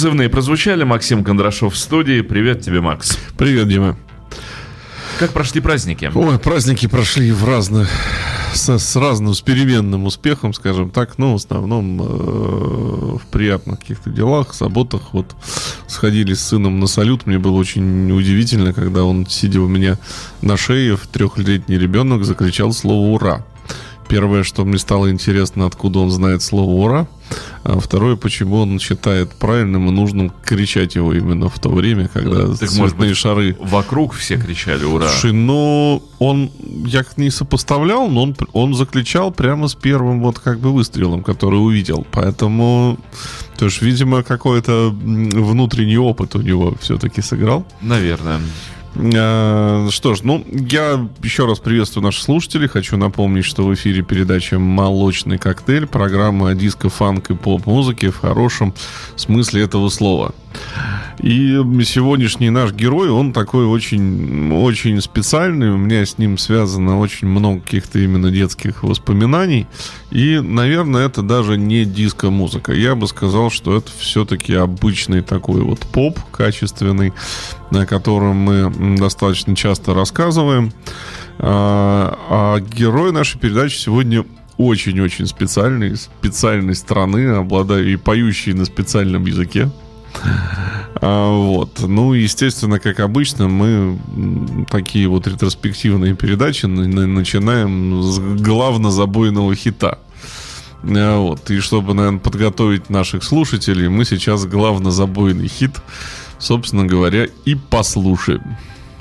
Позывные прозвучали. Максим Кондрашов в студии. Привет тебе, Макс. Привет, Дима. Как прошли праздники? Ой, праздники прошли с переменным успехом, скажем так. Но в основном в приятных каких-то делах, заботах. Вот сходили с сыном на салют. Мне было очень удивительно, когда он, сидя у меня на шее, 3-летний ребенок закричал слово «Ура!». Первое, что мне стало интересно, откуда он знает слово «Ура!», а второе, почему он считает правильным и нужным кричать его именно в то время, когда цветные шары... Вокруг все кричали «Ура!». Слушай, я не сопоставлял, но он закричал прямо с первым выстрелом, который увидел. Поэтому, то есть, видимо, какой-то внутренний опыт у него все-таки сыграл. Наверное. Что ж, я еще раз приветствую наших слушателей. Хочу напомнить, что в эфире передача «Молочный коктейль», программа о диско, фанк и поп-музыке в хорошем смысле этого слова. И сегодняшний наш герой, он такой очень, очень специальный. У меня с ним связано очень много каких-то именно детских воспоминаний. И, наверное, это даже не диско-музыка. Я бы сказал, что это все-таки обычный такой поп качественный, о котором мы достаточно часто рассказываем. А герой нашей передачи сегодня очень-очень специальной страны, и поющий на специальном языке. Естественно, как обычно, мы такие ретроспективные передачи начинаем с главнозабойного хита. И чтобы, наверное, подготовить наших слушателей, мы сейчас главнозабойный хит, собственно говоря, и послушаем.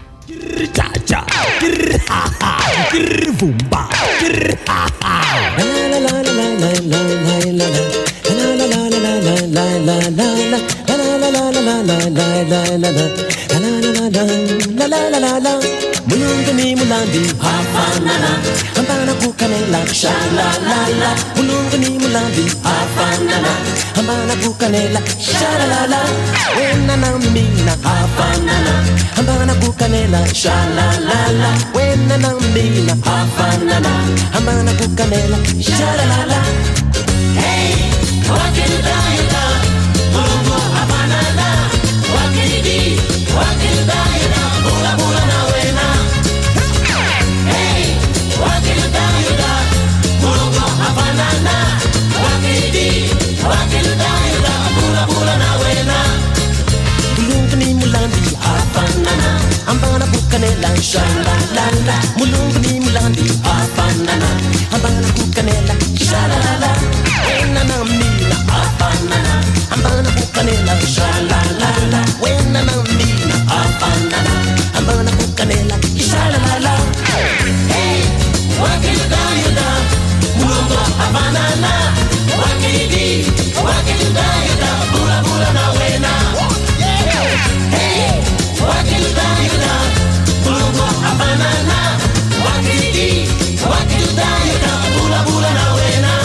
Mulungani mulandi hafanana ambana kukanela shalalala mulungani mulandi hafanana ambana kukanela shalalala wena na mina hafanana ambana kukanela shalalala wena na mina hafanana ambana kukanela shalalala. Hey, wakilda mulungu hafanana wakildi wakilda bula bula na wena. Hey, wakilda mulungu hafanana wakildi wakilda bula bula na wena. Mulungu ni mulandi hafanana ambana kukanela shalalala mulungu ni mulandi hafanana ambana kukanela shalalala wena na mina hafanana ambana kukanela shalalala wena na mina hafanana ambana kukanela shalalala. Hey, wakilda mulungu hafanana wakildi wakilda bula bula na wena. Hey, wakilda mulungu hafanana wakildi wakilda bula bula na wena.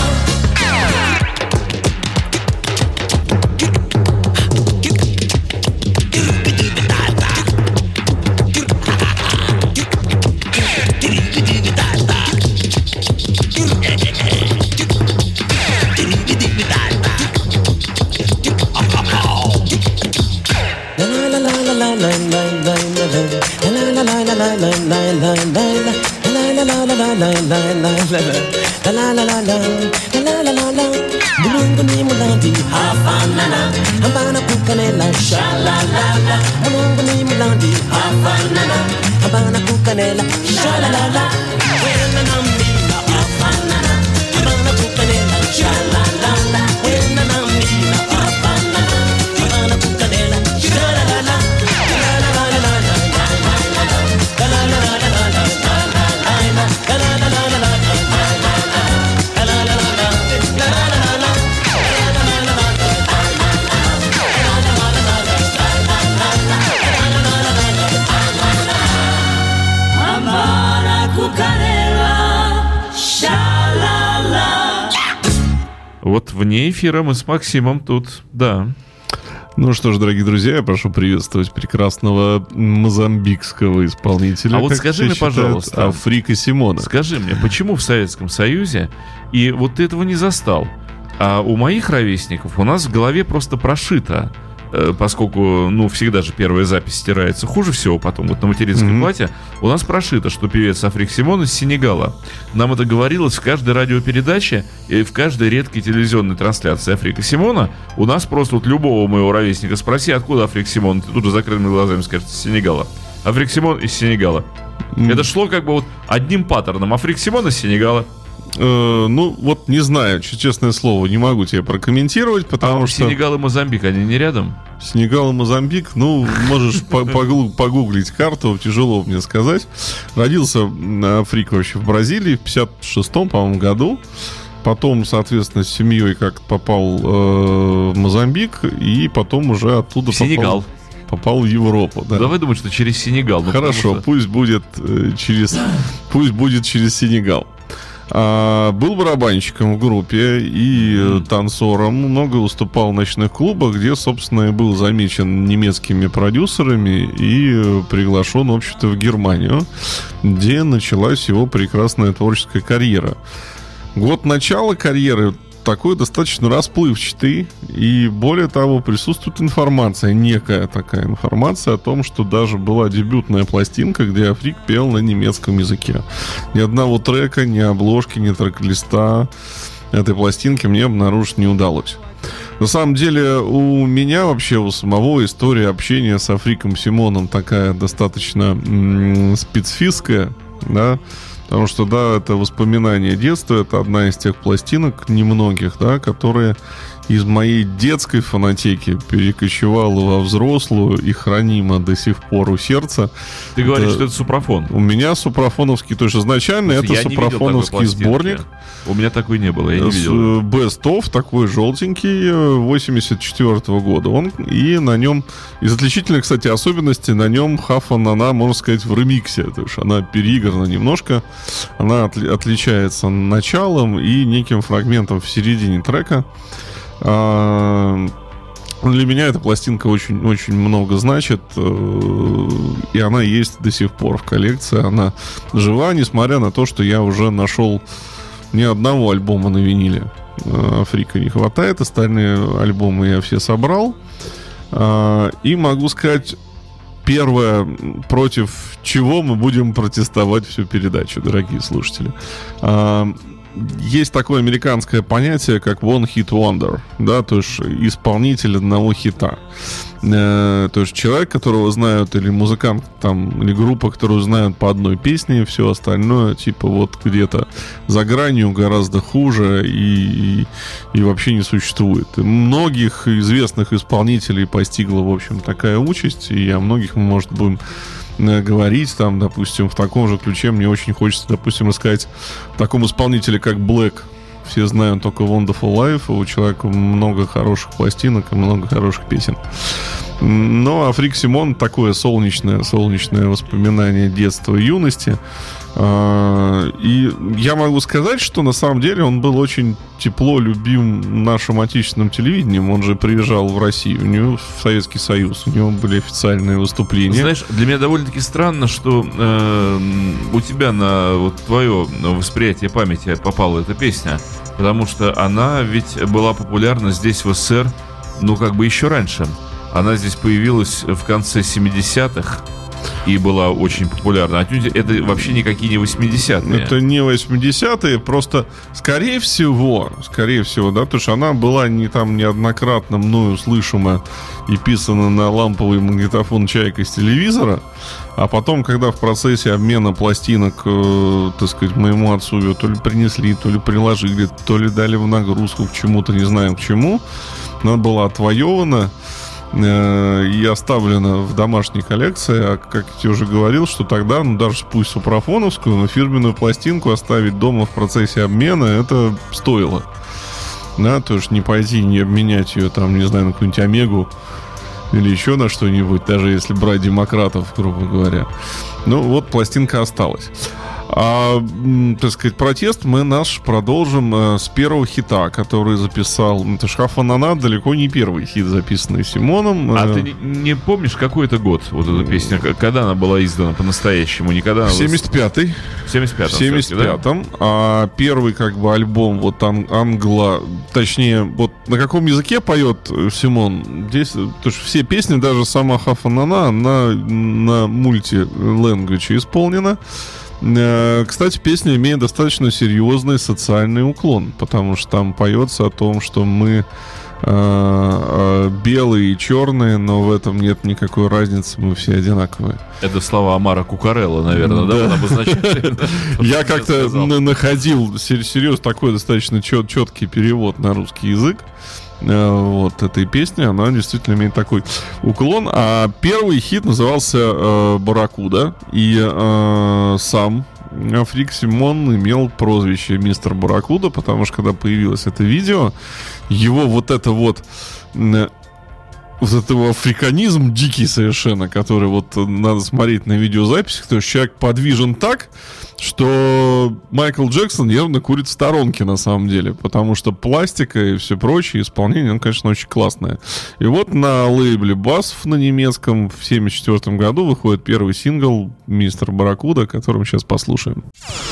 Mulungu ni mulandi hafanana ambana kukanela shalalala mulungu ni mulandi hafanana ambana kukanela shalalala wena na mina hafanana ambana kukanela shalalala wena na mina hafanana ambana kukanela shalalala. Вот вне эфира мы с Максимом тут, да. Ну что ж, дорогие друзья, я прошу приветствовать прекрасного мозамбикского исполнителя. А вот скажи мне, пожалуйста, Африка Симона. Скажи мне, почему в Советском Союзе, и вот ты этого не застал, а у моих ровесников у нас в голове просто прошито поскольку, всегда же первая запись стирается хуже всего потом, вот на материнской плате, у нас прошито, что певец Африк Симон из Сенегала. Нам это говорилось в каждой радиопередаче и в каждой редкой телевизионной трансляции Африка Симона. У нас просто вот любого моего ровесника спроси, откуда Африк Симон, ты тут же закрытыми глазами скажешь, из Сенегала. Африк Симон из Сенегала. Это шло как бы вот одним паттерном. Африк Симон из Сенегала. Не знаю, честное слово, не могу тебе прокомментировать, потому что... Сенегал и Мозамбик, они не рядом? Сенегал и Мозамбик, можешь погуглить карту, тяжело мне сказать. Родился Африк вообще в Бразилии в 56-м, по-моему, году. Потом, соответственно, с семьей как-то попал в Мозамбик, и потом уже оттуда попал в Европу. Да. Давай думать, что через Сенегал. Хорошо, пусть будет через Сенегал. Был барабанщиком в группе и танцором. Много выступал в ночных клубах, где, собственно, и был замечен немецкими продюсерами и приглашен, в общем-то, в Германию, где началась его прекрасная творческая карьера. Год начала карьеры такой достаточно расплывчатый, и более того, присутствует информация, некая такая информация о том, что даже была дебютная пластинка, где Африк пел на немецком языке. Ни одного трека, ни обложки, ни трек-листа этой пластинки мне обнаружить не удалось. На самом деле, у меня вообще, у самого история общения с Африком Симоном такая достаточно специфическая, да. Потому что, да, это воспоминание детства, это одна из тех пластинок, немногих, да, которые из моей детской фонотеки перекочевала во взрослую и хранима до сих пор у сердца. Ты говоришь, что это супрафон? У меня супрафоновский, то есть изначально это супрафоновский сборник. У меня такой не было, я не видел. Best of, такой желтенький, 84 года. Он, и на нем, из отличительных, кстати, особенностей, на нем Хафа Нана, можно сказать, в ремиксе. То есть она переиграна немножко. Она отличается началом и неким фрагментом в середине трека. Для меня эта пластинка очень-очень много значит, и она есть до сих пор в коллекции. Она жива, несмотря на то, что я уже нашел ни одного альбома на виниле Африка не хватает. Остальные альбомы я все собрал. И могу сказать, первое, против чего мы будем протестовать всю передачу, дорогие слушатели. Есть такое американское понятие, как one hit wonder, да, то есть исполнитель одного хита. То есть человек, которого знают, или музыкант, там, или группа, которую знают по одной песне, и все остальное, типа, вот где-то за гранью гораздо хуже и вообще не существует. И многих известных исполнителей постигла, в общем, такая участь, и о многих мы, может, будем говорить, там, допустим, в таком же ключе мне очень хочется, допустим, искать в таком исполнителе, как Black. Все знают только Wonderful Life, у человека много хороших пластинок и много хороших песен. Но Африк Симон такое солнечное воспоминание детства и юности. И я могу сказать, что на самом деле он был очень тепло любим нашим отечественным телевидением. Он же приезжал в Россию, у него в Советский Союз, у него были официальные выступления. Знаешь, для меня довольно-таки странно, что у тебя на вот твое восприятие памяти попала эта песня, потому что она ведь была популярна здесь в СССР, еще раньше. Она здесь появилась в конце 70-х и была очень популярна. Это вообще никакие не 80-е. Это не 80-е, просто скорее всего, да, потому что она была неоднократно мною слышима и писана на ламповый магнитофон «Чайка» с телевизора. А потом, когда в процессе обмена пластинок, так сказать, моему отцу ее то ли принесли, то ли приложили, то ли дали в нагрузку к чему-то, не знаем к чему, она была отвоевана и оставлена в домашней коллекции. А как я тебе уже говорил, что тогда, даже пусть супрафоновскую, но фирменную пластинку оставить дома в процессе обмена, это стоило. Да, то есть не пойти, не обменять ее там, не знаю, на какую-нибудь Омегу или еще на что-нибудь, даже если брать демократов, грубо говоря. Вот пластинка осталась. Так сказать, протест мы наш продолжим с первого хита, который записал. Это «Хафа-на-на», далеко не первый хит, записанный Симоном. А ты не помнишь, какой это год, вот эта песня, когда она была издана по-настоящему? Никогда в 75-й. В 75-м. Да? А первый как бы альбом вот точнее, вот на каком языке поет Симон? Здесь, потому что все песни, даже сама «Хафа-на-на», она на мульти-ленгвиче исполнена. Кстати, песня имеет достаточно серьезный социальный уклон, потому что там поется о том, что мы белые и черные, но в этом нет никакой разницы, мы все одинаковые. Это слова Омара Кукарелло, наверное, да? Он обозначает. Я как-то находил серьезно такой достаточно четкий перевод на русский язык вот этой песни, она действительно имеет такой уклон. А первый хит назывался «Барракуда», и сам Африк Симон имел прозвище «Мистер Барракуда», потому что когда появилось это видео, его вот его африканизм дикий совершенно, который вот надо смотреть на видеозаписи, то есть человек подвижен так, что Майкл Джексон явно курит в сторонке на самом деле, потому что пластика и все прочее, исполнение, он, конечно, очень классное. И вот на лейбле Басов на немецком в 1974 году выходит первый сингл «Мистер Барракуда», который мы сейчас послушаем.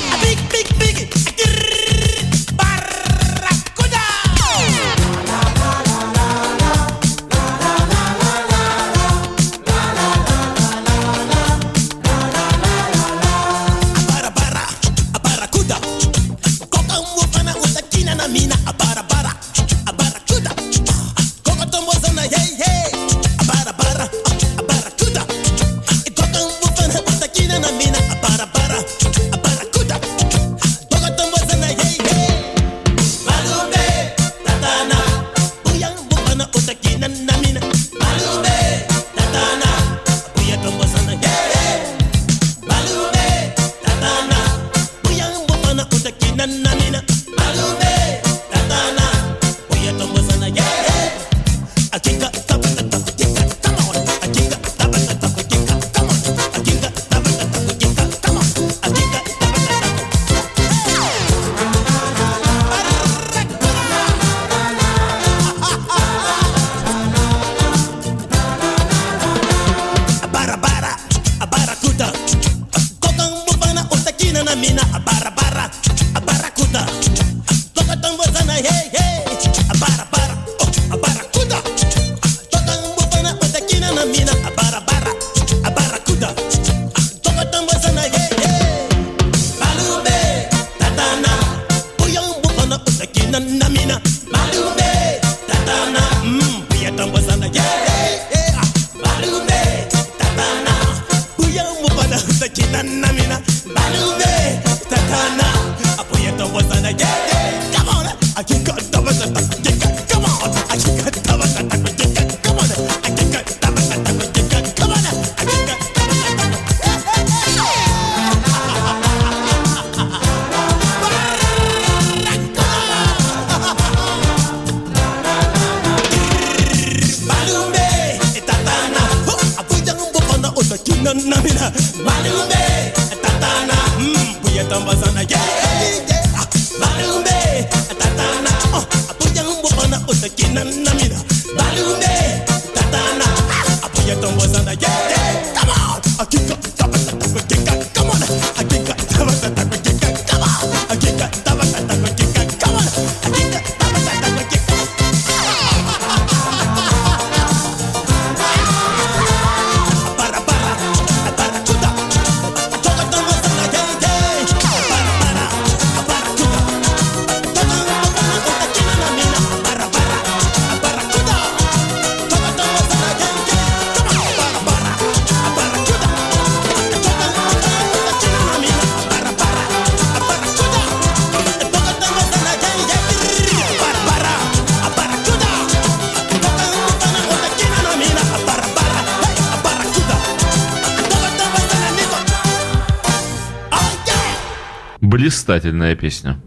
Блистательная песня.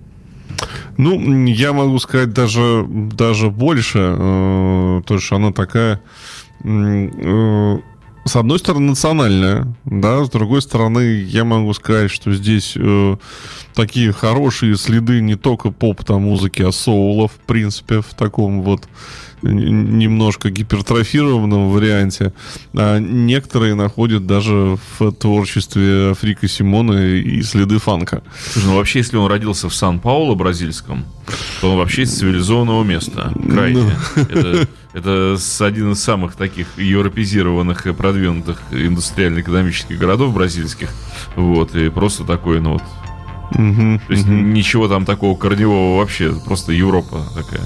Ну, я могу сказать даже больше, то, что она такая с одной стороны, национальная, да, с другой стороны, я могу сказать, что здесь такие хорошие следы не только поп-там музыки, а соула, в принципе, в таком вот немножко гипертрофированном варианте. А некоторые находят даже в творчестве Африка Симона и следы фанка. Слушай, ну вообще, если он родился в Сан-Пауло бразильском, то он вообще из цивилизованного места. Крайне. Это один из самых таких европезированных и продвинутых индустриально-экономических городов бразильских. Вот, и просто такой, ну вот. То есть ничего там такого корневого вообще, просто Европа такая.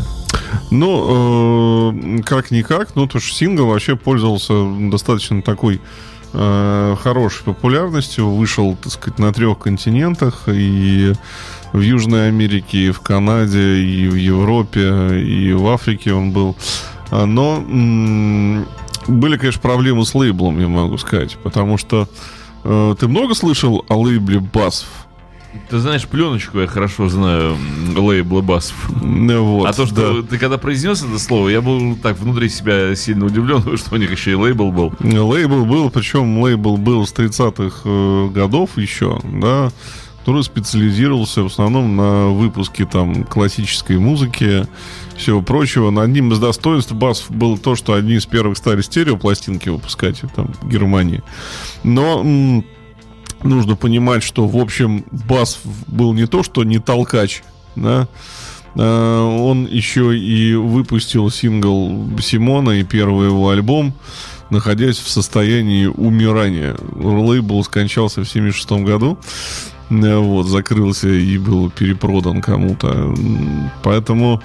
Ну, как-никак, ну, то что сингл вообще пользовался достаточно такой хорошей популярностью. Вышел, так сказать, на 3 континентах. И в Южной Америке, и в Канаде, и в Европе, и в Африке он был. Но были, конечно, проблемы с лейблом, я могу сказать. Потому что ты много слышал о лейбле BASF? Ты знаешь, пленочку я хорошо знаю, лейбла BASF. Вот, а то, что ты когда произнес это слово, я был так внутри себя сильно удивлен, что у них еще и лейбл был. Лейбл был, причем лейбл был с 30-х годов еще, да, который специализировался в основном на выпуске там классической музыки, всего прочего. Но одним из достоинств BASF было то, что одни из первых стали стереопластинки выпускать там, в Германии. Но нужно понимать, что, в общем, BASF был не то, что не толкач, да, он еще и выпустил сингл Симона и первый его альбом, находясь в состоянии умирания. Лейбл скончался в 1976 году, вот, закрылся и был перепродан кому-то. Поэтому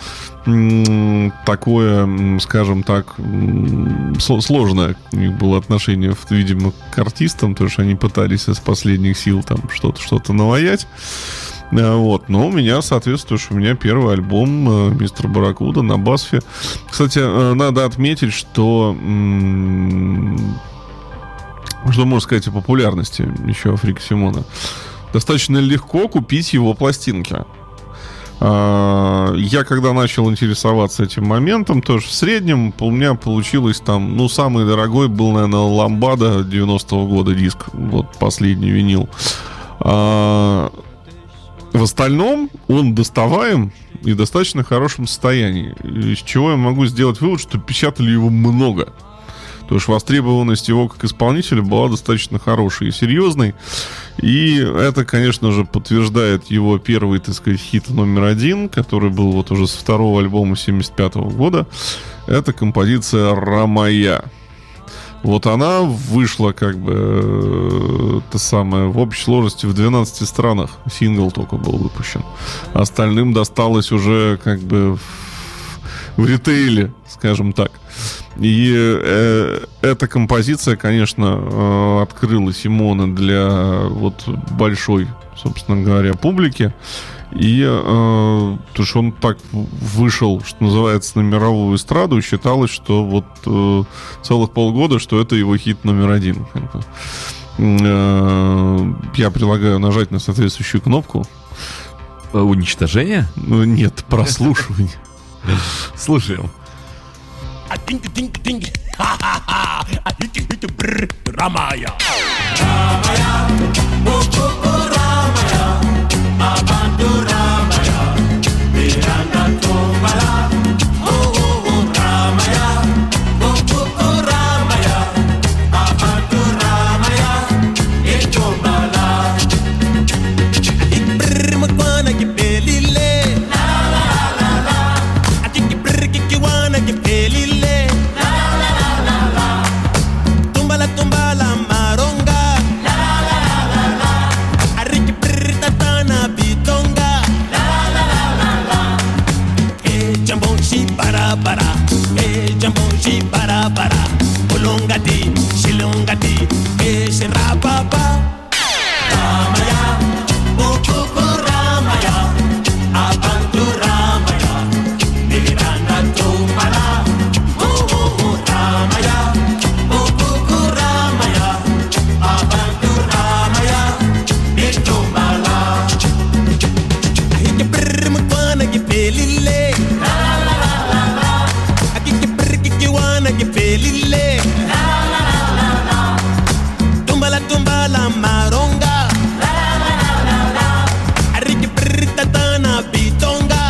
такое, скажем так, сложное у них было отношение, видимо, к артистам, потому что они пытались из последних сил там что-то наваять. Вот. Но у меня, соответственно, что у меня первый альбом «Мистер Барракуда» на BASF. Кстати, надо отметить, что можно сказать о популярности еще Африка Симона. Достаточно легко купить его пластинки. Я когда начал интересоваться этим моментом, тоже в среднем у меня получилось там, ну, самый дорогой был, наверное, Ламбада 90-го года диск, вот последний винил. В остальном он доставаем и в достаточно хорошем состоянии, из чего я могу сделать вывод, что печатали его много. Потому что востребованность его как исполнителя была достаточно хорошей и серьезной. И это, конечно же, подтверждает его первый, так сказать, хит номер 1, который был вот уже со 2-го альбома 1975 года. Это композиция «Рамая». Вот она вышла, как бы, та самая, в общей сложности в 12 странах. Сингл только был выпущен. Остальным досталось уже, как бы, в ритейле, скажем так. И эта композиция, конечно, открыла Симона для вот большой, собственно говоря, публики. И то, что он так вышел, что называется, на мировую эстраду, считалось, что вот целых полгода, что это его хит номер 1. Я предлагаю нажать на соответствующую кнопку. Уничтожение? Нет, прослушивание. Слушаем. Рамая. Рамая, Рамая, Abantu Ramaya, Miranda Tumbala, Ramaya, Ramaya, Abantu Ramaya, Tumbala. Ikbrmakwana kipelile, la la la la, Akikibrkikiwana kipelile, la la la la la, Tumbala Tumbala Maronga, la la la la la maronga. Ricky Britatana Bitonga.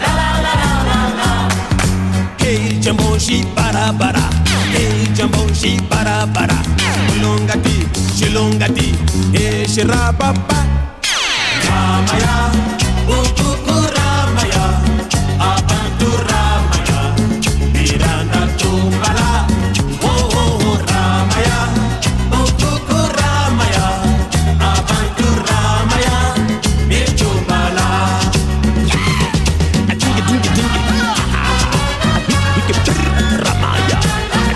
Hey Jambo shi para para. Hey Jambo shi para para. Shilongati, hey Shirababa. Ramaya, Ukuku Ramaya, Abantu Ramaya, Miranda Tumbala. Oh, Ramaya, Ukuku Ramaya, Abantu Ramaya, Mirchumbala. Ramaya,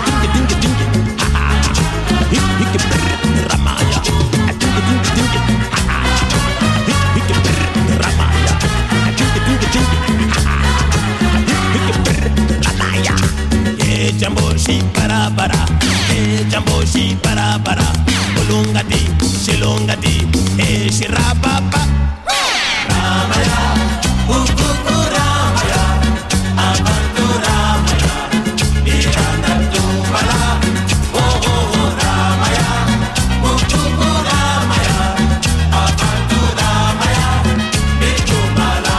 Jamboshi para para, Jamboshi para para, Ulungati, Shilongati, Shirapapa. Ramaya, Ukuku Ramaya, Abantu Ramaya, Miranda Tumbala. Oh, Ramaya, Ukuku Ramaya, Abantu Ramaya, Mirchumbala.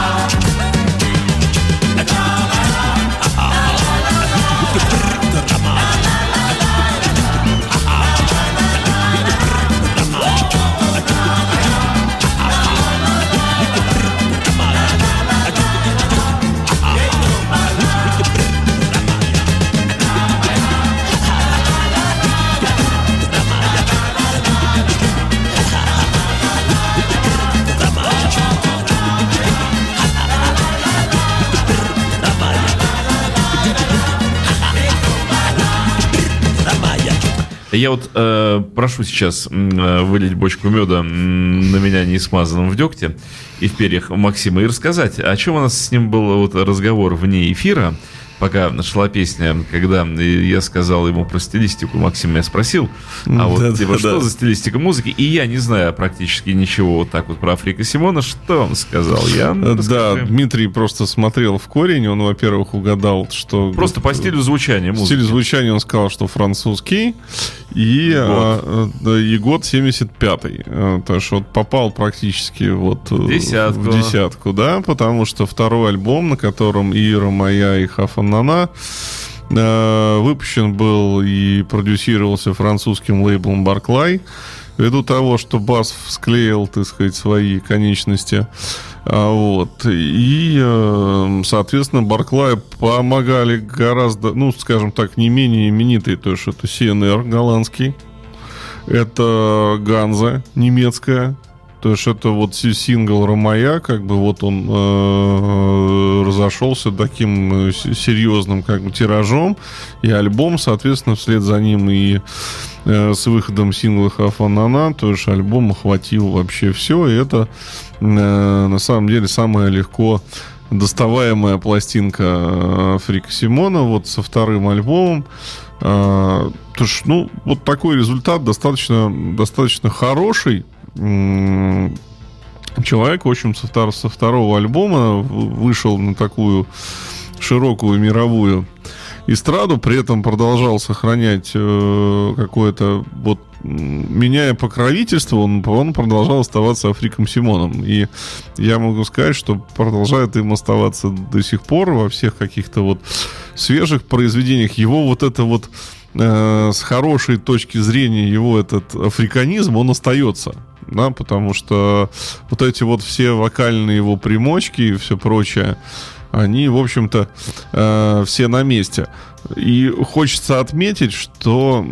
Я вот прошу сейчас вылить бочку меда на меня не смазанным в дегте и в перьях Максима и рассказать, о чем у нас с ним был вот разговор вне эфира, пока шла песня, когда я сказал ему про стилистику, Максим меня спросил, а вот типа, что за стилистика музыки, и я не знаю практически ничего вот так вот про Африка Симона, что он сказал, Да, Дмитрий просто смотрел в корень, он, во-первых, угадал, что... Просто по стилю звучания музыки. Стиль звучания он сказал, что французский, и год 75-й. То есть вот попал практически вот в десятку, да, потому что второй альбом, на котором и Ромая, и Хафанана, выпущен был и продюсировался французским лейблом Barclay, ввиду того, что бас склеил, так сказать, свои конечности. Вот. И, соответственно, Barclay помогали гораздо, ну, скажем так, не менее именитые, то есть это CNR голландский, это Ганза немецкая, то есть это вот сингл Ромая, как бы вот он разошелся таким серьезным как бы тиражом, и альбом, соответственно, вслед за ним и с выходом сингла Хафанана, то есть альбом охватил вообще все, и это на самом деле самая легко доставаемая пластинка Африка Симона вот со вторым альбомом. То есть, ну, вот такой результат достаточно хороший. Человек, в общем, со второго альбома вышел на такую широкую мировую эстраду, при этом продолжал сохранять какое-то вот, меняя покровительство, он продолжал оставаться Африком Симоном. И я могу сказать, что продолжает им оставаться до сих пор во всех каких-то вот свежих произведениях. Его вот это вот с хорошей точки зрения, его этот африканизм, он остается. Да, потому что вот эти вот все вокальные его примочки и все прочее, они, в общем-то, все на месте. И хочется отметить, что,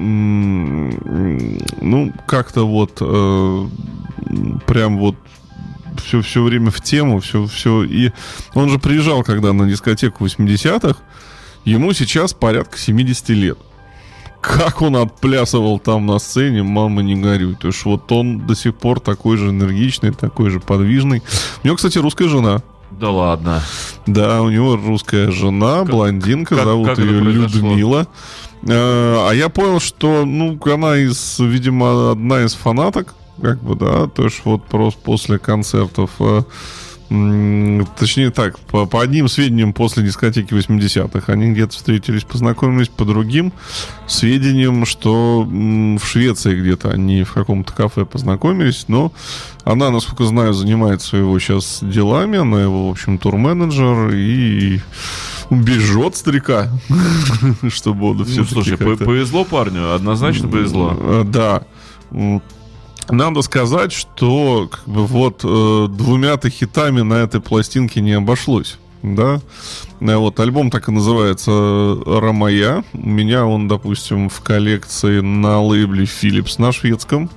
ну, как-то вот прям вот все время в тему, все. И он же приезжал, когда на дискотеку 80-х, ему сейчас порядка 70 лет. Как он отплясывал там на сцене, мама, не горюй. То есть вот он до сих пор такой же энергичный, такой же подвижный. У него, кстати, русская жена. Да ладно. Да, у него русская жена, блондинка, зовут ее Людмила. А я понял, что, ну, она видимо, одна из фанаток, как бы, да, то есть вот просто после концертов Точнее так, по одним сведениям после дискотеки 80-х они где-то встретились, познакомились, по другим сведениям, что в Швеции где-то они в каком-то кафе познакомились, но она, насколько знаю, занимается его сейчас делами, она его, в общем, турменеджер и бережет старика, чтобы он все-таки слушай, повезло парню, однозначно повезло. Да. Надо сказать, что как бы, вот двумя-то хитами на этой пластинке не обошлось. Да? Вот альбом так и называется «Ромая». У меня он, допустим, в коллекции на лейбле Philips на шведском.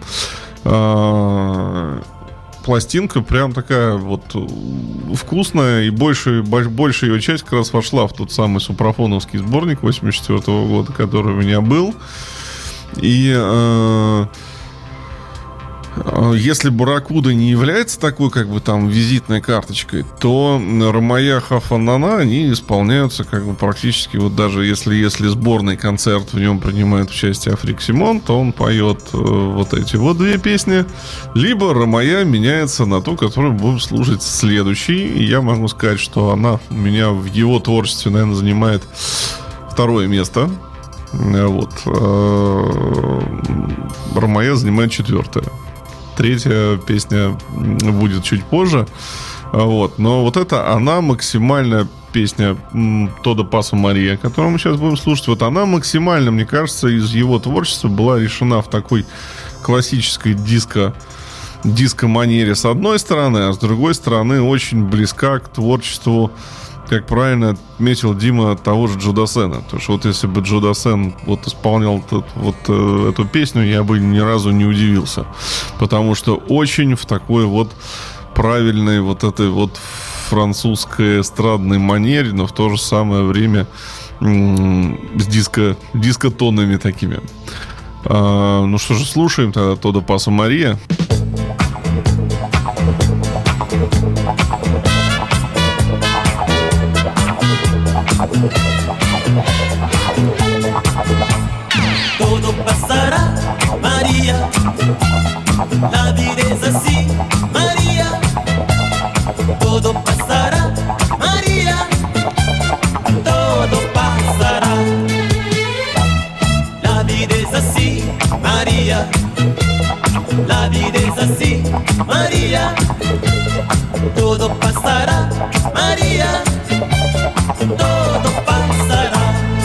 Пластинка прям такая вот вкусная, и большая ее часть как раз вошла в тот самый супрафоновский сборник 84 года, который у меня был. И если Барракуда не является такой, как бы там, визитной карточкой, то Ромая, Хафанана, они исполняются как бы практически, вот даже если сборный концерт, в нем принимает участие Африк Симон, то он поет вот эти вот две песни, либо Ромая меняется на ту, которую будем слушать следующий, и я могу сказать, что она у меня в его творчестве, наверное, занимает второе место. Вот. Ромая занимает четвертое. Третья песня будет чуть позже. Вот. Но вот это она максимальная песня Тодо Пасо Мария, которую мы сейчас будем слушать. Вот она максимально, мне кажется, из его творчества была решена в такой классической диско-манере с одной стороны, а с другой стороны очень близка к творчеству, как правильно отметил Дима, того же Джо Дассена. Потому что вот если бы Джо Дассен вот исполнял эту песню, я бы ни разу не удивился. Потому что очень в такой вот правильной вот этой вот французской эстрадной манере, но в то же самое время с диско-тонами такими. Ну что же, слушаем тогда Тодо Пасо Мария. Todo pasará, María. La vida es así, María. Todo pasará, María. Todo pasará. La vida es así, María. La vida es así, María. Todo pasará, María. Todo pasará.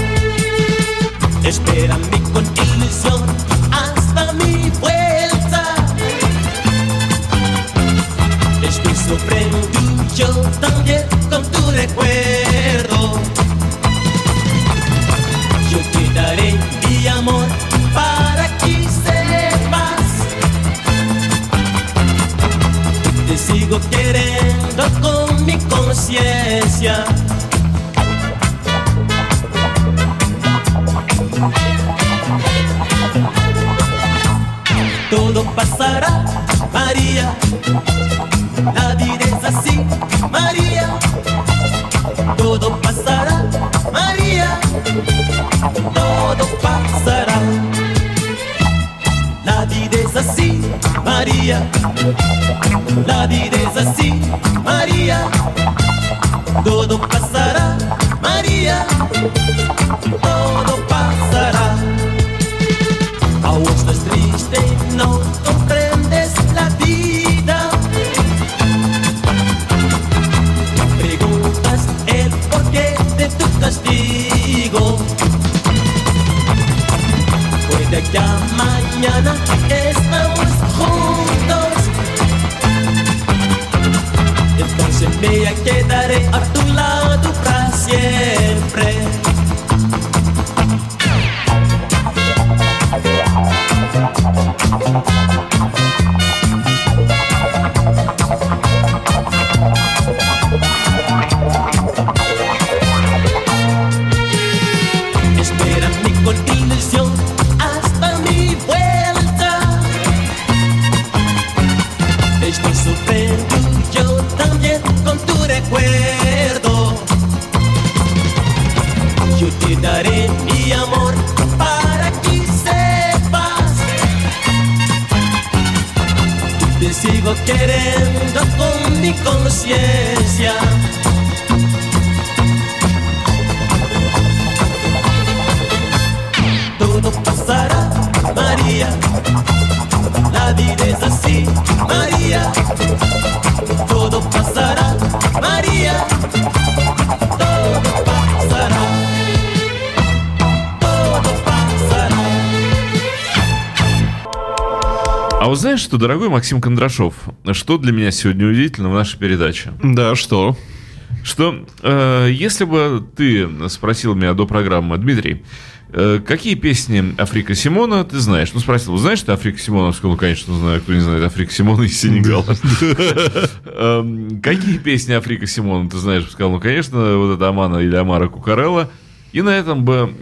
Espérame con ilusión hasta mi vuelta. Estoy sufriendo yo también con tu recuerdo. Yo te daré mi amor para que sepas. Te sigo queriendo con mi conciencia. Todo pasará, María. La vida es así, María. Todo pasará, María. Todo pasará. La vida es así, María. La vida es así, María. Todo pasará, María. Todo pasará. Aún estás triste, no comprendes la vida. Preguntas el porqué de tu castigo. Puede que mañana estamos juntos. Entonces me quedaré a tu lado para siempre. Espérame con ilusión hasta mi vuelta. te sigo queriendo con mi conciencia. Todo pasará, María, la vida es así, María. Todo pasará, María, todo pasará, todo pasará. А вот знаешь что, дорогой Максим Кондрашов, что для меня сегодня удивительно в нашей передаче? Да, что? Что, если бы ты спросил меня до программы, Дмитрий, какие песни Африка Симона ты знаешь? Ну, спросил, знаешь ты Африка Симона? Я сказал, ну, конечно, знаю. Кто не знает Африка Симона из Сенегала. Какие песни Африка Симона ты знаешь? Я сказал, ну, конечно, вот это Амана или Амара Кукарелла. И на этом бы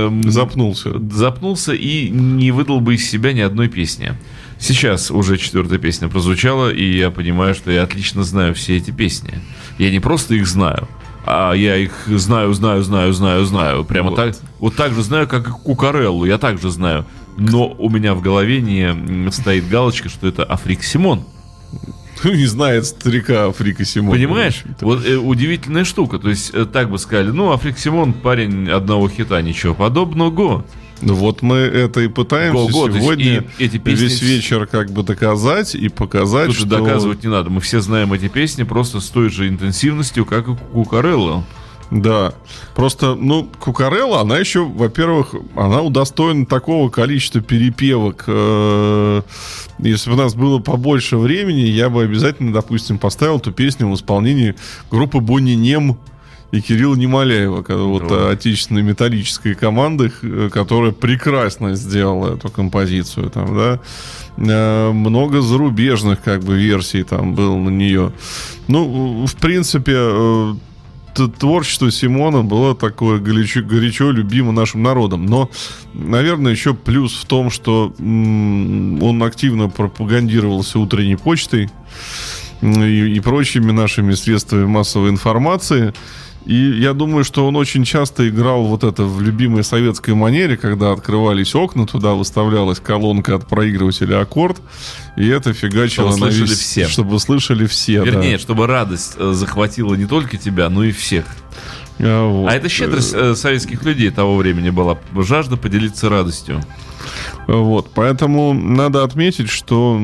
запнулся и не выдал бы из себя ни одной песни. Сейчас уже 4-я песня прозвучала, и я понимаю, что я отлично знаю все эти песни. Я не просто их знаю, а я их знаю. Прямо вот. Так же знаю, как и Кукареллу, я также знаю. Но у меня в голове не стоит галочка, что это Африка Симон. Не знает старика Африка Симон. Понимаешь? Вот удивительная штука. То есть так бы сказали, ну, Африка Симон парень одного хита, ничего подобного. Ну вот мы это и пытаемся сегодня эти песни... весь вечер как бы доказать и показать, Тут что... доказывать не надо. Мы все знаем эти песни просто с той же интенсивностью, как и Кукарелла. Да. Просто, ну, Кукарелла, она еще, во-первых, она удостоена такого количества перепевок. Если бы у нас было побольше времени, я бы обязательно, допустим, поставил эту песню в исполнении группы Бонни Нем и Кирилла Немоляева, вот отечественной металлической команды, которая прекрасно сделала эту композицию, там, да. Много зарубежных, как бы, версий там было на нее. Ну, в принципе, творчество Симона было такое горячо любимо нашим народом. Но, наверное, еще плюс в том, что он активно пропагандировался утренней почтой и прочими нашими средствами массовой информации. И я думаю, что он очень часто играл вот это в любимой советской манере, когда открывались окна, туда выставлялась колонка от проигрывателя «Аккорд», и это фигачило чтобы слышали все. Чтобы слышали все. Вернее, да. Чтобы радость захватила не только тебя, но и всех. Вот. А это щедрость советских людей того времени была. Жажда поделиться радостью. Вот, поэтому надо отметить, что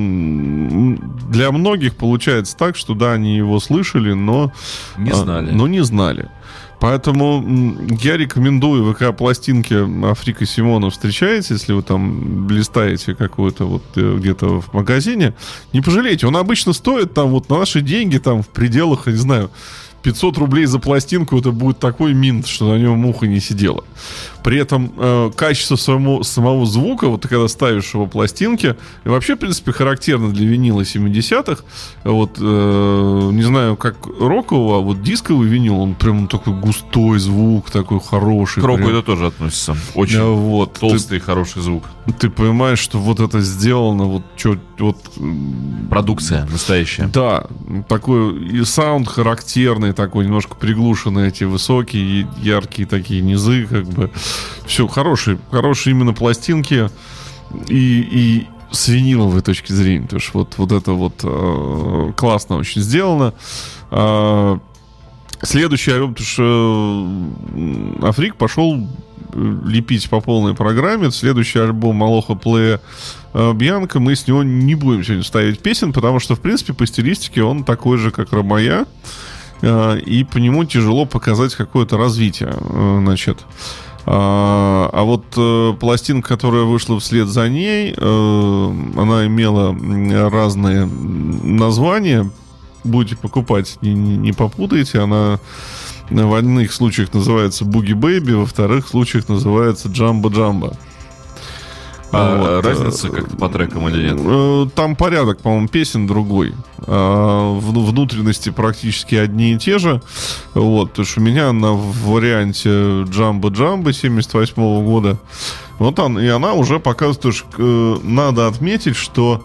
для многих получается так, что да, они его слышали, но не знали. Поэтому я рекомендую ВК-пластинки Африка Симона встречаете, если вы там листаете какую-то вот где-то в магазине, не пожалейте. Он обычно стоит там вот на наши деньги там в пределах, я не знаю, 500 рублей за пластинку, это будет такой минт, что на нем муха не сидела. При этом качество самого звука, вот ты когда ставишь его пластинки, и вообще, в принципе, характерно для винила 70-х. Вот, не знаю, как рокового, а вот дисковый винил, он прям такой густой звук, такой хороший. К року это тоже относится. Очень вот, толстый и хороший звук. Ты понимаешь, что вот это сделано, вот... Продукция настоящая. Да, такой и саунд характерный, такой немножко приглушенный, эти высокие, яркие такие низы, как бы. Все, хорошие именно пластинки и с виниловой точки зрения. То есть вот это вот классно очень сделано. Следующий альбом, потому что Африк пошел лепить по полной программе. Следующий альбом Малоха Плея Бьянка. Мы с него не будем сегодня ставить песен, потому что, в принципе, по стилистике он такой же, как Ромая. И по нему тяжело показать какое-то развитие. Значит, а вот пластинка, которая вышла вслед за ней, она имела разные названия. Будете покупать, не попутайте. Она в одних случаях называется Буги Бэйби, во вторых случаях называется Джамба Джамба. Вот. Разница как-то по трекам или нет? Там порядок, по-моему, песен другой. Внутренности практически одни и те же. Вот, потому что у меня она в варианте Джамба Джамба 78 года. Вот и она уже показывает, что надо отметить, что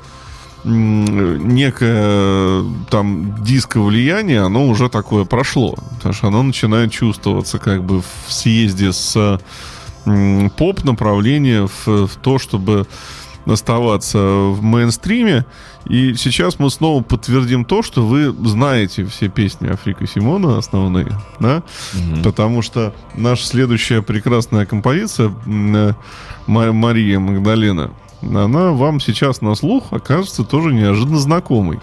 некое там диско-влияние, оно уже такое прошло. Потому что оно начинает чувствоваться как бы в съезде с поп-направление в то, чтобы оставаться в мейнстриме. И сейчас мы снова подтвердим то, что вы знаете все песни Африка Симона основные, да? Потому что наша следующая прекрасная композиция Мария Магдалена, она вам сейчас на слух окажется тоже неожиданно знакомой.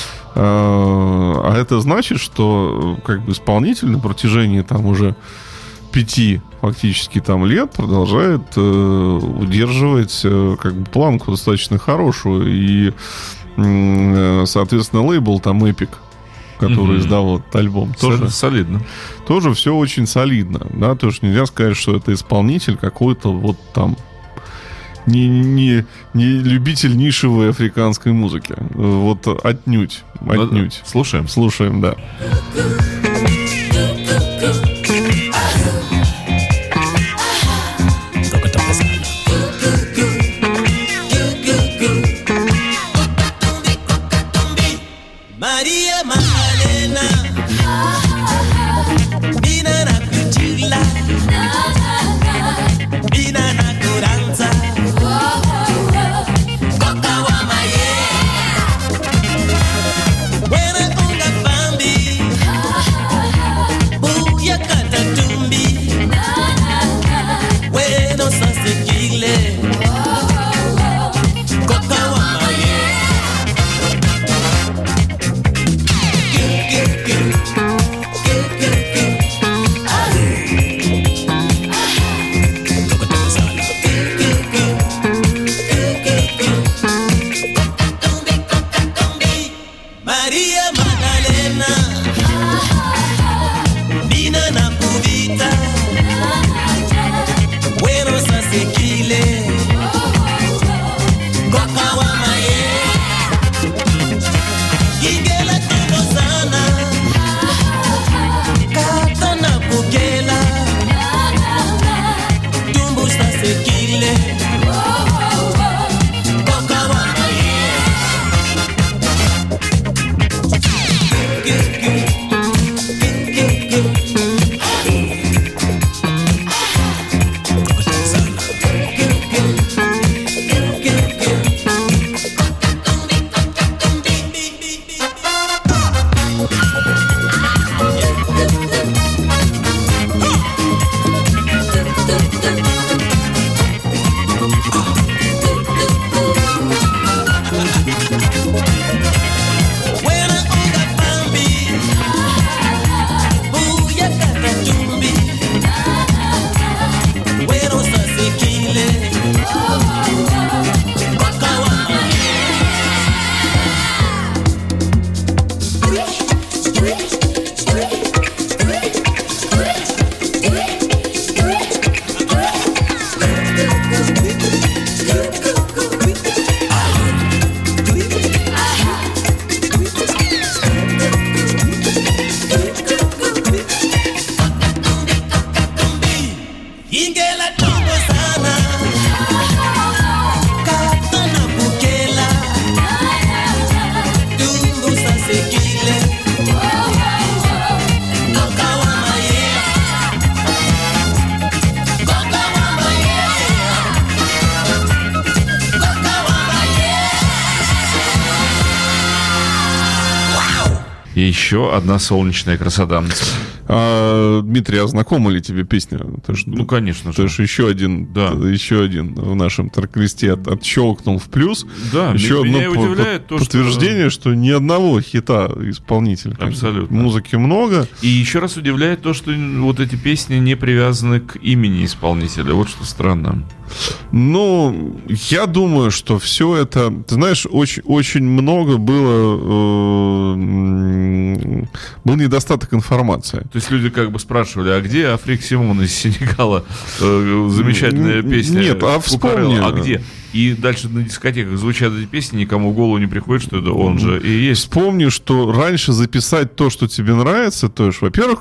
А это значит, что как бы исполнитель на протяжении там уже 5 фактически там лет продолжает удерживать как бы планку достаточно хорошую. И, соответственно, лейбл там Epic, который издал этот альбом, тоже солидно. Тоже все очень солидно, да, то есть нельзя сказать, что это исполнитель какой-то вот там не любитель нишевой африканской музыки. Вот отнюдь. Слушаем, да. И еще одна солнечная красота. Дмитрий, а знакома ли тебе песня? Ну, конечно же. То есть еще один в нашем трек-листе отщелкнул в плюс. Да, еще меня одно удивляет то, подтверждение, что ни одного хита исполнителя. Абсолютно. Музыки много. И еще раз удивляет то, что вот эти песни не привязаны к имени исполнителя. Вот что странно. Ну, я думаю, что все это... Ты знаешь, очень, очень много было... был недостаток информации. То есть люди как бы спрашивали, а где Африк Симон из Сенегала? Замечательная песня. Нет, а вспомни. А где? И дальше на дискотеках звучат эти песни, никому в голову не приходит, что это он же и есть. Вспомни, что раньше записать то, что тебе нравится, то есть, во-первых,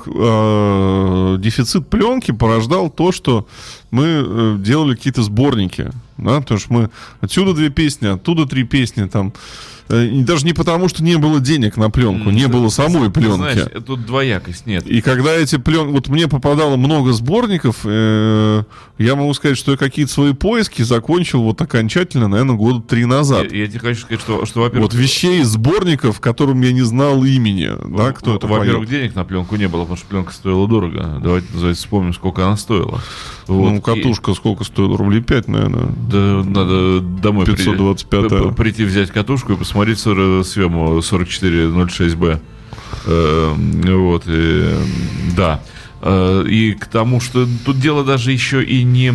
дефицит пленки порождал то, что мы делали какие-то сборники, да, потому что мы отсюда 2 песни, оттуда 3 песни, там, и даже не потому, что не было денег на пленку, не было самой пленки. Знаешь, тут двоякость, нет. И когда эти пленки... Вот мне попадало много сборников, я могу сказать, что я какие-то свои поиски закончил вот окончательно окончательно, наверное, года 3 назад. Я тебе хочу сказать, что во-первых... Вот вещей, сборников, которым я не знал имени. Да, кто это Во-первых, поет? денег на пленку не было, потому что пленка стоила дорого. Давайте, называется, вспомним, сколько она стоила. Вот. Ну, катушка сколько стоила? Рублей 5, наверное. Да, надо домой 525-я. прийти взять катушку и посмотреть съему 4406B. Вот, да. И к тому, что тут дело даже еще и не...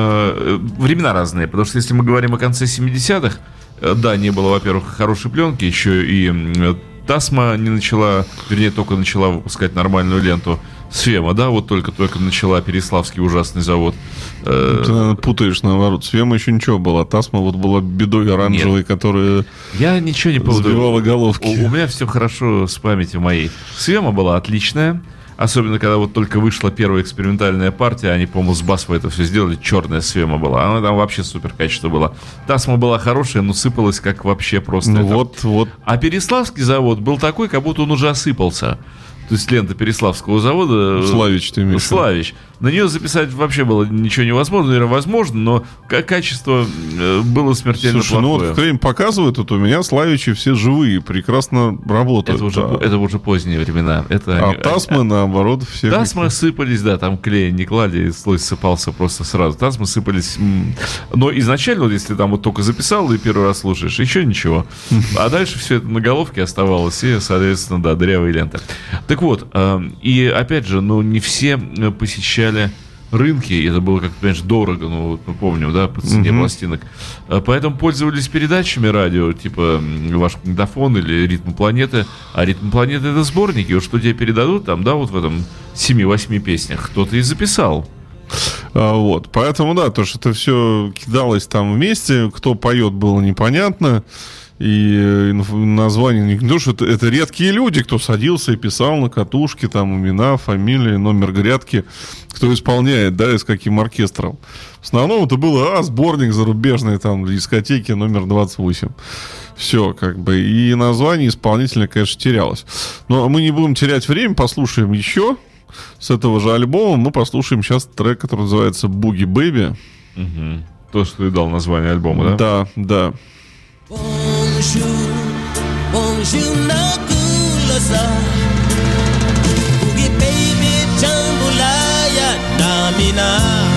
Времена разные, потому что если мы говорим о конце 70-х, да, не было, во-первых, хорошей пленки, еще и Тасма не начала, вернее, только начала выпускать нормальную ленту. Сфема, да, вот только начала, Переславский ужасный завод. Ты, наверное, путаешь, наоборот. Сфема еще ничего была. Тасма вот была бедой оранжевой, Нет. Которая Я ничего не помню. сбивала головки. У меня все хорошо с памятью моей. Сфема была отличная. Особенно, когда вот только вышла первая экспериментальная партия, они, по-моему, с Басфа это все сделали, черная сфема была. Она там вообще супер качество было. Тасма была хорошая, но сыпалась как вообще просто. Ну это... вот. А Переславский завод был такой, как будто он уже осыпался. То есть лента Переславского завода... Славич ты имеешь. Славич. На нее записать вообще было ничего невозможно, наверное, возможно, но качество было смертельно Слушай, плохое. ну вот время показывает, вот у меня Славичи все живые, прекрасно работают. Это уже поздние времена. А Тасмы, наоборот, все... Тасмы сыпались, да, там клей не клади, и слой сыпался просто сразу. Тасмы сыпались... Но изначально, вот если там вот только записал и первый раз слушаешь, еще ничего. А дальше все это на головке оставалось, и, соответственно, да, дырявые ленты. Так вот, и опять же, ну, не все посещали рынки, и это было, как ты понимаешь, дорого, ну, вот мы помним, да, по цене пластинок. Поэтому пользовались передачами радио, типа «Ваш магнитофон» или «Ритм планеты». А «Ритм планеты» — это сборники, вот что тебе передадут там, да, вот в этом 7-8 песнях, кто-то и записал. Вот, поэтому, да, то, что это все кидалось там вместе, кто поет, было непонятно. И название не то, что это редкие люди, кто садился и писал на катушке там имена, фамилии, номер грядки, кто исполняет, да, и с каким оркестром. В основном это было сборник зарубежный там дискотеки номер 28. Все, как бы. И название исполнителя, конечно, терялось. Но мы не будем терять время, послушаем еще с этого же альбома. Мы послушаем сейчас трек, который называется «Boogie Baby». Угу. То, что ты дал название альбома, да? Да. Bonjour, bonjour, nakulasa. Boogie baby, jambalaya, namina.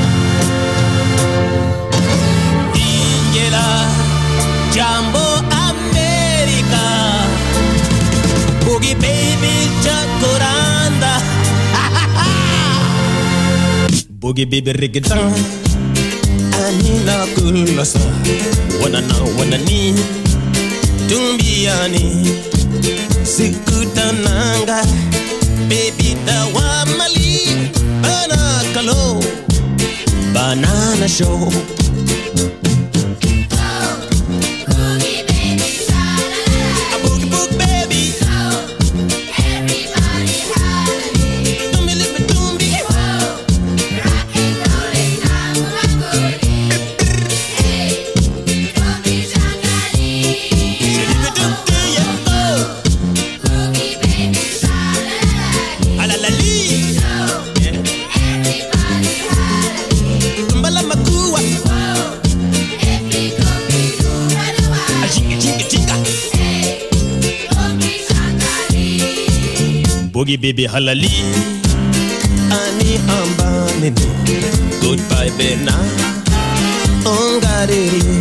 Ingela, Jambo America. Boogie baby, jacoranda. Boogie baby, reggaeton. Anina kulasa. Wanna need. Tumbiani Sikutananga Baby Dawamali Banakalo Banana Show Boogie baby, a boogie boogie baby. Everybody holler. Tumbi lippy tumbi. Rock and roll is not Hey, tumbi shangali. Boogie baby, alalali. Everybody holler. Tumbala makua. Boogie baby halali ani ambanini goodbye bena ongariri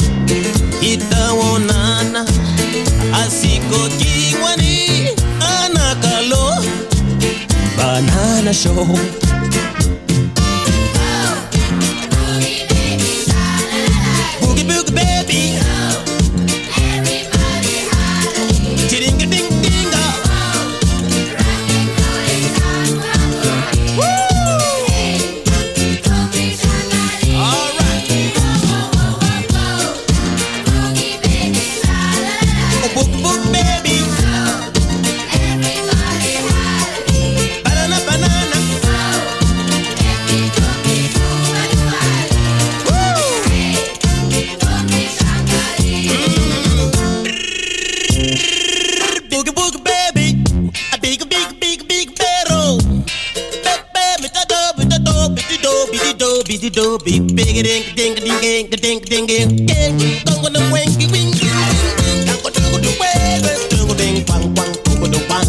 itawonana asiko kiwani anakalo banana show. Boogie boogie baby. Big big ding ding ding ding ding ding ding go the winky winky go to the way go ding bang bang go the bang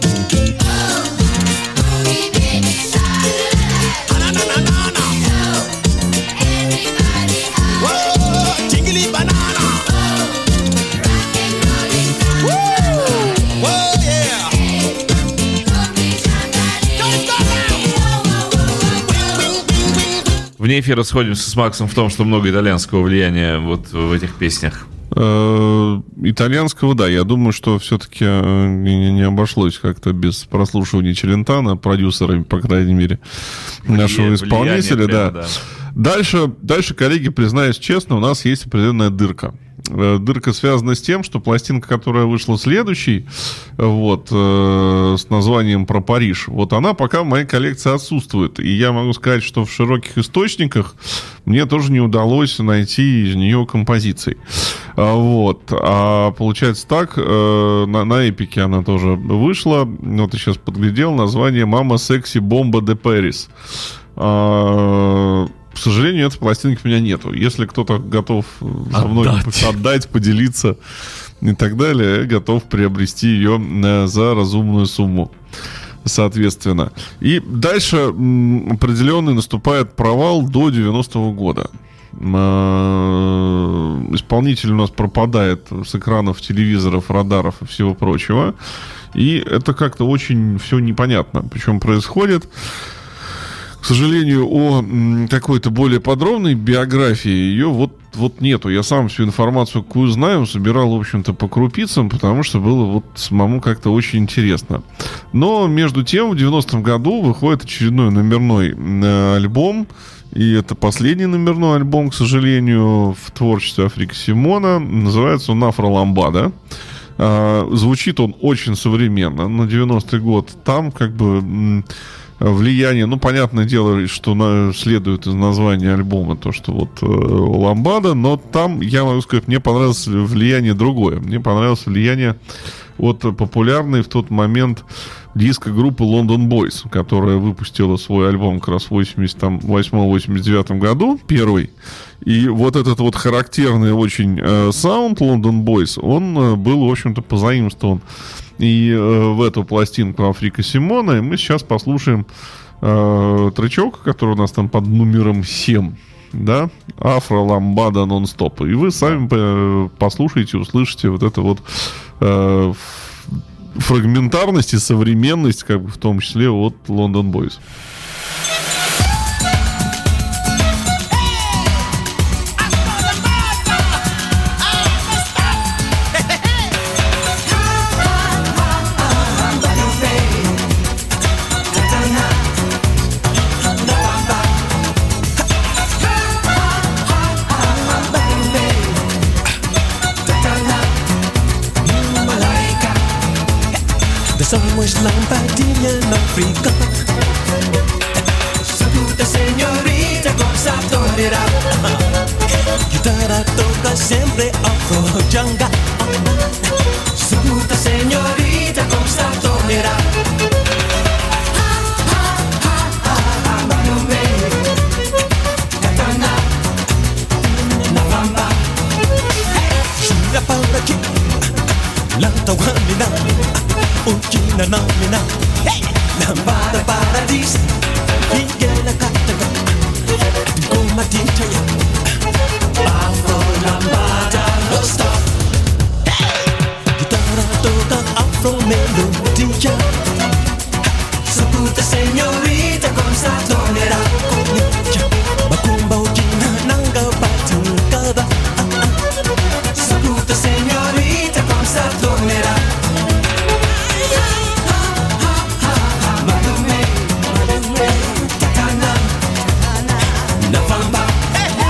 na na na na everybody whoa jingly banana whoa yeah Вне эфира сходимся с Максом в том, что много итальянского влияния вот в этих песнях. Итальянского, да. Я думаю, что все-таки не обошлось как-то без прослушивания Челентано, продюсерами, по крайней мере, нашего исполнителя. Прямо, да. Дальше, коллеги, признаюсь честно, у нас есть определенная дырка. Дырка связана с тем, что пластинка, которая вышла следующей, вот, с названием «Про Париж», вот она пока в моей коллекции отсутствует. И я могу сказать, что в широких источниках мне тоже не удалось найти из нее композиций. Вот. А получается так, на Эпике она тоже вышла. Вот я сейчас подглядел название «Мама секси бомба де Парис». К сожалению, этой пластинки у меня нету. Если кто-то готов со мной отдать, поделиться и так далее, я готов приобрести ее за разумную сумму, соответственно. И дальше определенный наступает провал до 90-го года. Исполнитель у нас пропадает с экранов телевизоров, радаров и всего прочего. И это как-то очень все непонятно. Причем происходит... К сожалению, о какой-то более подробной биографии ее вот нету. Я сам всю информацию, какую знаю, собирал, в общем-то, по крупицам, потому что было вот самому как-то очень интересно. Но, между тем, в 90-м году выходит очередной номерной альбом. И это последний номерной альбом, к сожалению, в творчестве Африка Симона. Называется он «Афро Ламбада». Звучит он очень современно. На 90-й год там как бы... влияние, ну, понятное дело, что следует из названия альбома то, что вот «Ламбада», но там, я могу сказать, мне понравилось влияние другое. Мне понравилось влияние от популярной в тот момент диско-группы London Boys, которая выпустила свой альбом как раз в 88-89 году, первый. И вот этот вот характерный очень саунд London Boys, он был, в общем-то, позаимствован и в эту пластинку Африка Симона. И мы сейчас послушаем тречок, который у нас там под номером 7. Да? Афро Ламбада нон-стоп. И вы сами послушаете, услышите вот это вот фрагментарность и современность, как бы в том числе от London Boys. Somos lampadinha en África. Saluda señorita con satorera. Guitarra toca siempre afro janga. Saluda señorita con satorera. Jura para que la tawamina. Uchina namina, lambada paradis, hingela kataga, goma tintaya, afro lambada no stop. Guitarra toca afro melodia, saluda señorita con satonera, macumba uchina nanga batucada, saluda señorita con satonera. Hey, hey.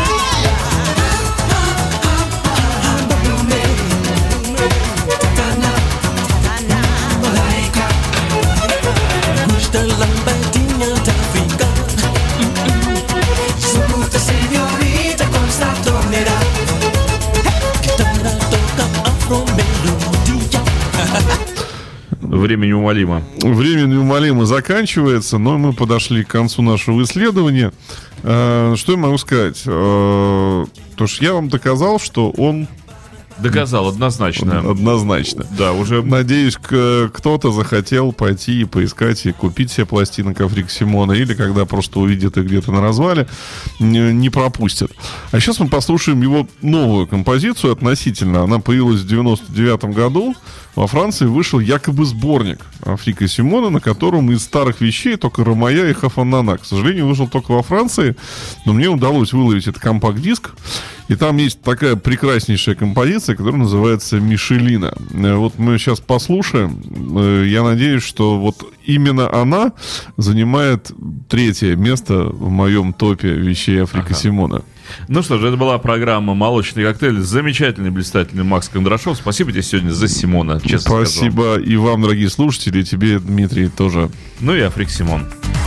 Время неумолимо. Время неумолимо заканчивается, но мы подошли к концу нашего исследования. Что я могу сказать? То, что я вам доказал, что он... Доказал, однозначно. Однозначно. Да, уже... Надеюсь, кто-то захотел пойти и поискать и купить себе пластинок Африка Симона, или когда просто увидит их где-то на развале, не пропустят. А сейчас мы послушаем его новую композицию относительно. Она появилась в 99 году. Во Франции вышел якобы сборник Африка Симона, на котором из старых вещей только Ромая и Хафанана. К сожалению, вышел только во Франции, но мне удалось выловить этот компакт-диск. И там есть такая прекраснейшая композиция, которая называется «Мишелина». Вот мы сейчас послушаем. Я надеюсь, что вот именно она занимает 3-е место в моем топе вещей Африка Симона. Ну что же, это была программа «Молочный коктейль». Замечательный, блистательный Макс Кондрашов. Спасибо тебе сегодня за Симона, честно Спасибо сказал. И вам, дорогие слушатели, и тебе, Дмитрий, тоже. Ну и Африк Симон.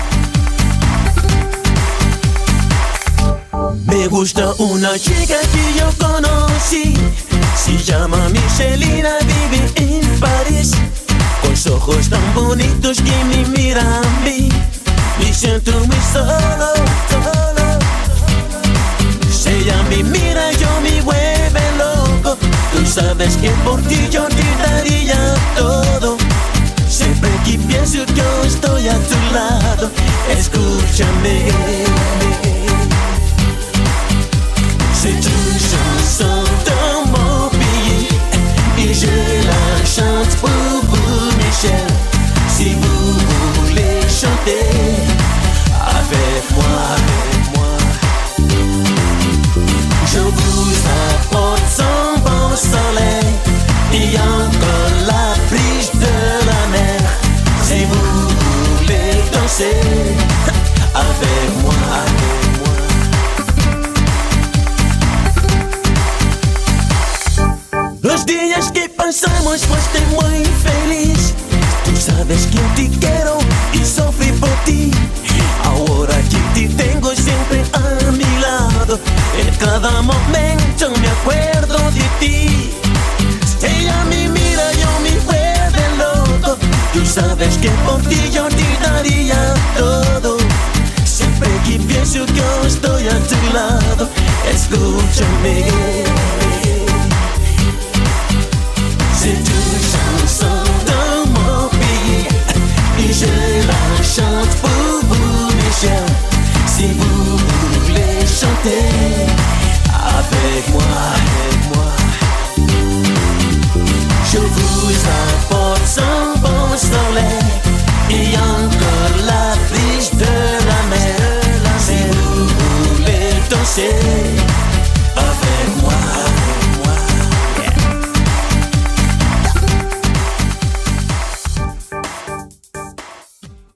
Me gusta una chica que yo conocí, se llama Michelina, vive en París, con sus ojos tan bonitos que me miran a mí. Me siento muy solo, solo. Si ella me mira, yo me vuelve loco. Tú sabes que por ti yo te daría todo. Siempre que pienso que yo estoy a tu lado, escúchame. C'est une chanson dans mon pays et je la chante pour vous, Michel. Si vous voulez chanter avec moi, je vous apporte son bon soleil et encore la brise de la mer. Si vous voulez danser avec moi. Los días que pasamos pues estoy muy feliz. Tú sabes que te quiero y sufrí por ti. Ahora que te tengo siempre a mi lado, en cada momento me acuerdo de ti. Si ella me mira yo me vuelve loco. Tú sabes que por ti yo te daría todo. Siempre que pienso que yo estoy a tu lado, escúchame. C'est une chanson dans mon pays et je la chante pour vous, Michel. Si vous voulez chanter avec moi.